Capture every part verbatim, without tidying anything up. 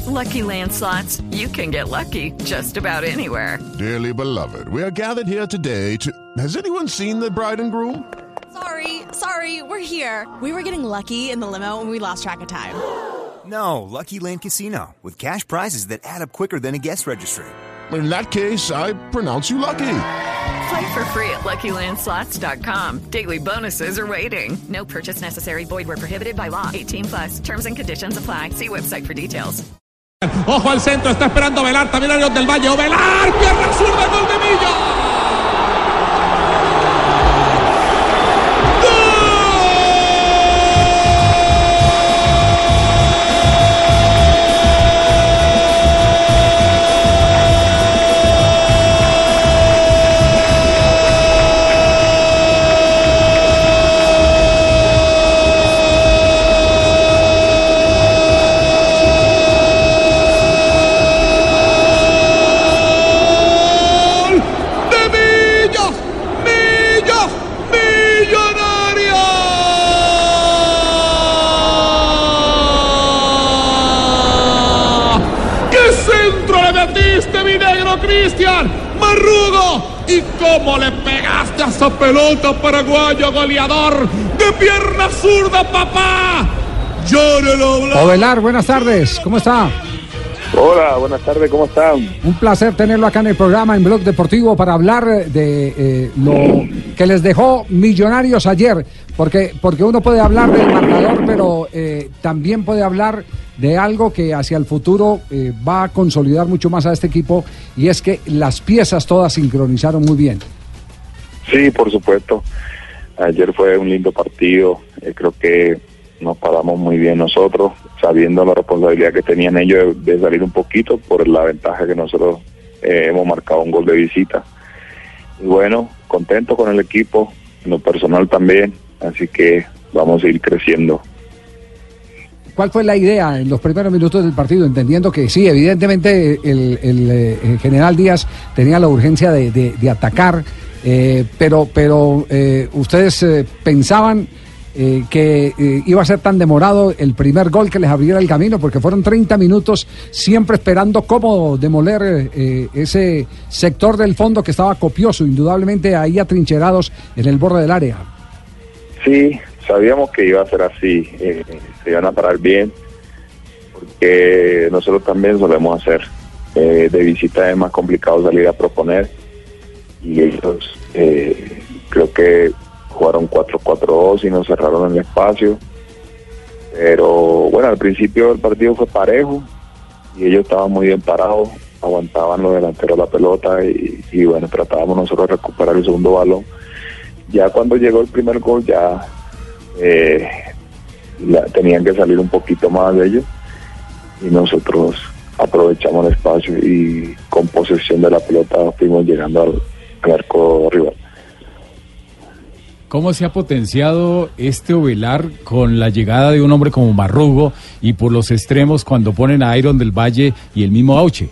Lucky Land Slots, you can get lucky just about anywhere. Dearly beloved, we are gathered here today to... Has anyone seen the bride and groom? Sorry, sorry, we're here. We were getting lucky in the limo and we lost track of time. No, Lucky Land Casino, with cash prizes that add up quicker than a guest registry. In that case, I pronounce you lucky. Play for free at Lucky Land Slots dot com. Daily bonuses are waiting. No purchase necessary. Void where prohibited by law. eighteen plus. Terms and conditions apply. See website for details. Ojo al centro, está esperando Velar, también Arión del Valle. Velar, pierna zurda, gol de Millo. Cristian Marrugo, y cómo le pegaste a esa pelota, paraguayo goleador de pierna zurda, papá. Llórelo. Ovelar, buenas tardes, ¿cómo está? Hola, buenas tardes, ¿cómo están? Un placer tenerlo acá en el programa, en Blog Deportivo, para hablar de eh, lo que les dejó Millonarios ayer, porque, porque uno puede hablar del marcador, pero eh, también puede hablar de algo que hacia el futuro eh, va a consolidar mucho más a este equipo, y es que las piezas todas sincronizaron muy bien. Sí, por supuesto. Ayer fue un lindo partido. Eh, creo que nos paramos muy bien nosotros, sabiendo la responsabilidad que tenían ellos de, de salir un poquito por la ventaja que nosotros eh, hemos marcado un gol de visita. Y bueno, contento con el equipo, en lo personal también, así que vamos a ir creciendo. ¿Cuál fue la idea en los primeros minutos del partido? Entendiendo que sí, evidentemente el, el, el general Díaz tenía la urgencia de, de, de atacar, eh, pero, pero eh, ustedes eh, pensaban eh, que eh, iba a ser tan demorado el primer gol que les abriera el camino, porque fueron treinta minutos siempre esperando cómo demoler eh, ese sector del fondo que estaba copioso, indudablemente ahí atrincherados en el borde del área. Sí, sabíamos que iba a ser así, eh, se iban a parar bien, porque nosotros también solemos hacer. Eh, de visita es más complicado salir a proponer, y ellos eh, creo que jugaron cuatro cuatro dos y nos cerraron el espacio, pero bueno, al principio el partido fue parejo, y ellos estaban muy bien parados, aguantaban los delanteros la pelota, y, y bueno, tratábamos nosotros de recuperar el segundo balón. Ya cuando llegó el primer gol, ya Eh, la, tenían que salir un poquito más de ellos, y nosotros aprovechamos el espacio y con posesión de la pelota fuimos llegando al, al arco rival. ¿Cómo se ha potenciado este Ovelar con la llegada de un hombre como Marrugo, y por los extremos cuando ponen a Iron del Valle y el mismo Auche?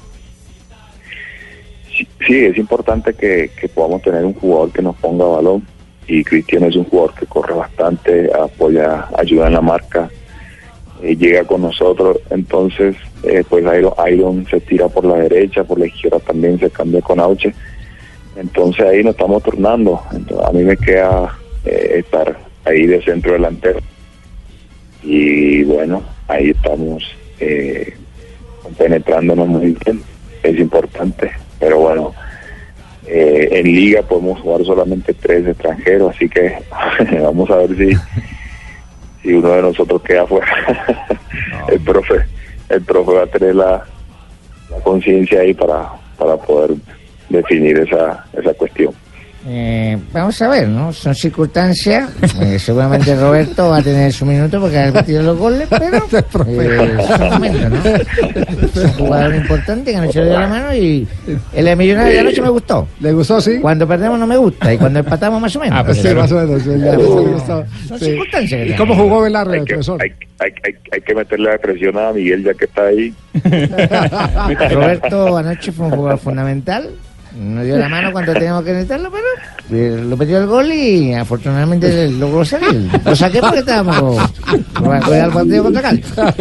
Sí, sí, es importante que, que podamos tener un jugador que nos ponga balón, y Cristian es un jugador que corre bastante, apoya, ayuda en la marca, eh, llega con nosotros. Entonces eh, pues Iron, Iron se tira por la derecha, por la izquierda también se cambia con Auche, entonces ahí nos estamos turnando. Entonces, a mí me queda eh, estar ahí de centro delantero, y bueno, ahí estamos eh, penetrándonos muy bien, es importante, pero bueno, Eh, en liga podemos jugar solamente tres extranjeros, así que vamos a ver si si uno de nosotros queda fuera. No. el profe el profe va a tener la, la conciencia ahí para para poder definir esa esa cuestión. Eh, vamos a ver, ¿no? Son circunstancias. Eh, seguramente Roberto va a tener su minuto porque ha metido los goles, pero eh, es un momento, ¿no? Es un jugador importante que anoche le dio la mano, y el de Millonarios de anoche me gustó. ¿Le gustó, sí? Cuando perdemos no me gusta, y cuando empatamos más o menos. Ah, pues sí, más o menos. Sí, ya, uh, me gustó. Son Sí. circunstancias. ¿Y cómo jugó Velar, hay que, profesor? hay, hay, hay, hay que meterle la presión a Miguel, ya que está ahí. Roberto anoche fue un jugador fundamental. No dio la mano cuando teníamos que necesitarlo, pero lo metió el gol y afortunadamente logró salir. Lo saqué porque estábamos con el partido contra Cali.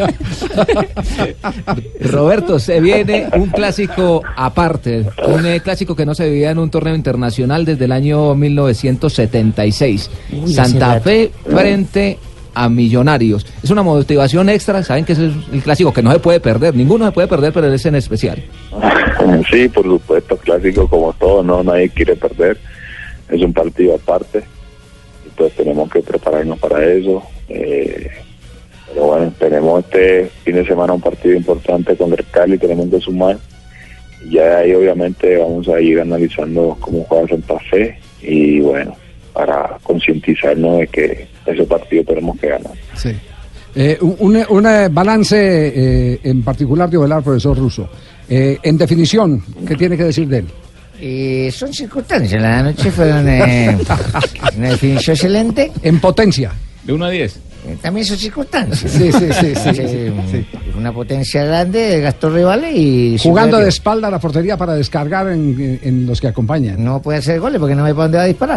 Roberto, se viene un clásico aparte, un eh, clásico que no se vivía en un torneo internacional desde el año mil novecientos setenta y seis. Uy, Santa Fe frente a Millonarios. Es una motivación extra, saben que ese es el clásico que no se puede perder, ninguno se puede perder, pero ese en especial. Sí, por supuesto, clásico como todo, no, nadie quiere perder, es un partido aparte, entonces tenemos que prepararnos para eso, eh, pero bueno, tenemos este fin de semana un partido importante contra el Cali, tenemos que sumar, y ya de ahí obviamente vamos a ir analizando cómo juega Santa Fe, y bueno, para concientizarnos de que ese partido tenemos que ganar. Sí. Eh, un, un balance eh, en particular de Ovelar, profesor Russo. Eh, en definición, ¿qué tiene que decir de él? Eh, son circunstancias. La noche fueron eh, una definición excelente. En potencia. De uno a diez. Eh, también son circunstancias. Sí, sí, sí. sí, sí, eh, sí. Una potencia grande, gastó rivales y... Jugando de espalda a la portería para descargar en, en, en los que acompañan. No puede hacer goles porque no ve para dónde va a disparar.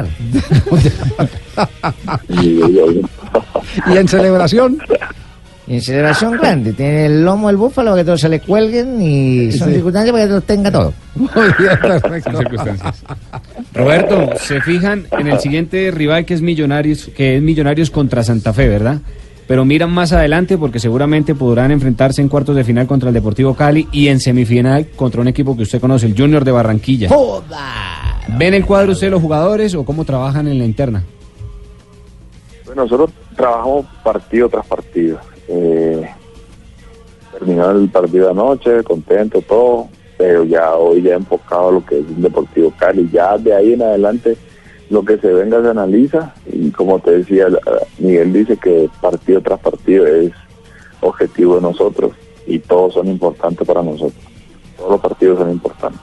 ¿Y en celebración? Y en celebración grande. Tiene el lomo del búfalo para que todos se le cuelguen y son sí. circunstancias para que todos tenga todo. Muy bien, perfecto. Son circunstancias. Roberto, se fijan en el siguiente rival que es Millonarios, que es Millonarios contra Santa Fe, ¿verdad? Pero miran más adelante porque seguramente podrán enfrentarse en cuartos de final contra el Deportivo Cali y en semifinal contra un equipo que usted conoce, el Junior de Barranquilla. ¡Joda! ¿Ven el cuadro usted los jugadores o cómo trabajan en la interna? Bueno, nosotros trabajamos partido tras partido. Eh, terminó el partido anoche, contento, todo, pero ya hoy ya enfocado a lo que es un Deportivo Cali. Ya de ahí en adelante lo que se venga se analiza y como te decía, Miguel dice que partido tras partido es objetivo de nosotros y todos son importantes para nosotros. Todos los partidos son importantes.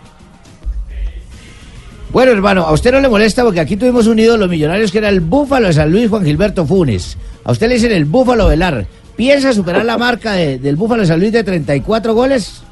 Bueno, hermano, a usted no le molesta porque aquí tuvimos un ídolo Millonarios que era el Búfalo de San Luis, Juan Gilberto Funes. A usted le dicen el Búfalo Velar. ¿Piensa superar la marca de, del Búfalo de San Luis de treinta y cuatro goles?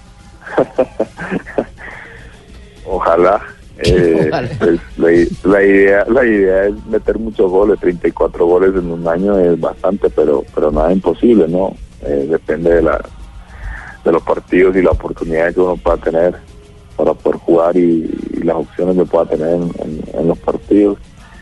Ojalá. Eh, Ojalá. Pues, la, la, idea, la idea es meter muchos goles. treinta y cuatro goles en un año es bastante, pero pero nada imposible, ¿no? Eh, depende de, la, de los partidos y la oportunidad que uno pueda tener para poder jugar y, y las opciones que pueda tener en, en, en los partidos.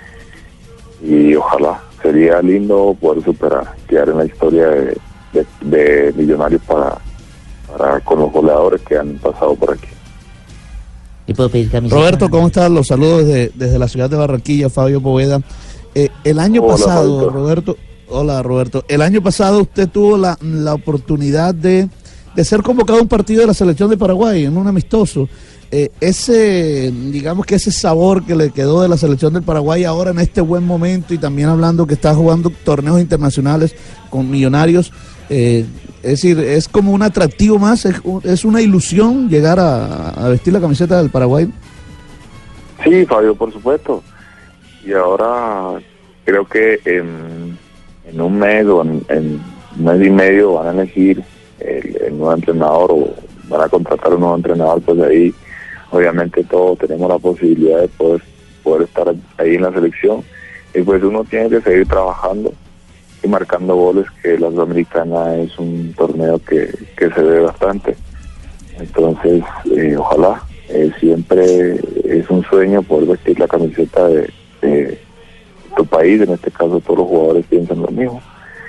Y ojalá, sería lindo poder superar, quedar en la historia de, de, de Millonarios para, para con los goleadores que han pasado por aquí. ¿Y puedo pedir camiseta? Roberto, ¿cómo estás? Los saludos desde, desde la ciudad de Barranquilla, Fabio Poveda. Eh, el año hola, pasado, Fabio. Roberto, hola Roberto, el año pasado usted tuvo la, la oportunidad de, de ser convocado a un partido de la selección de Paraguay, en un amistoso. Eh, ese, digamos que ese sabor que le quedó de la selección del Paraguay ahora en este buen momento y también hablando que está jugando torneos internacionales con Millonarios, eh, es decir, es como un atractivo más, es, es una ilusión llegar a, a vestir la camiseta del Paraguay. Sí, Fabio, por supuesto. Y ahora creo que en, en un mes o en, en un mes y medio van a elegir el, el nuevo entrenador o van a contratar un nuevo entrenador, pues ahí obviamente todos tenemos la posibilidad de poder poder estar ahí en la selección y pues uno tiene que seguir trabajando y marcando goles, que la Sudamericana es un torneo que, que se ve bastante, entonces eh, ojalá, eh, siempre es un sueño poder vestir la camiseta de, de tu país, en este caso todos los jugadores piensan lo mismo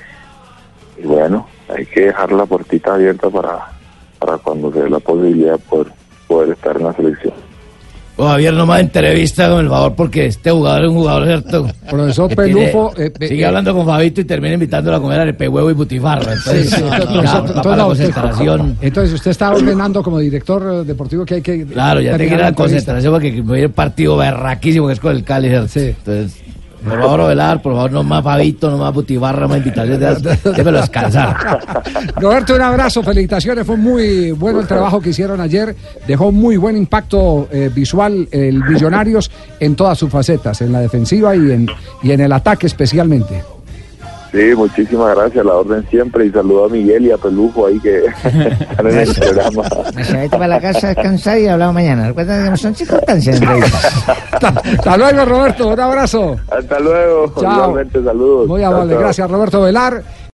y bueno, hay que dejar la puertita abierta para para cuando se dé la posibilidad de poder, poder estar en la selección. Oh, Javier, no más entrevista con el favor, porque este jugador es un jugador, ¿cierto? Profesor Pelufo... Tiene, eh, sigue eh, hablando con Fabito y termina invitándolo a comer arepe, huevo y butifarra. Entonces, sí, sí, no, no, no, no, no, concentración. Entonces, usted está ordenando como director deportivo que hay que... Claro, ya tiene que ir a la concentración porque me viene un partido berraquísimo que es con el Cali, ¿cierto? Sí. Entonces... Por favor, Ovelar, por favor, no más Fabito, no más Butibarra, no más invitaciones, déjelo descansar. Roberto, un abrazo, felicitaciones, fue muy bueno el trabajo que hicieron ayer, dejó muy buen impacto eh, visual el Millonarios en todas sus facetas, en la defensiva y en, y en el ataque especialmente. Sí, muchísimas gracias, la orden siempre, y saludo a Miguel y a Pelujo ahí que están en el programa. Se vete para la casa a descansar y hablamos mañana. Recuerda que son circunstancias en realidad. hasta, hasta luego, Roberto, un abrazo. Hasta luego, Chao. igualmente, saludos. Muy amable, chao, chao. gracias, Roberto Velar.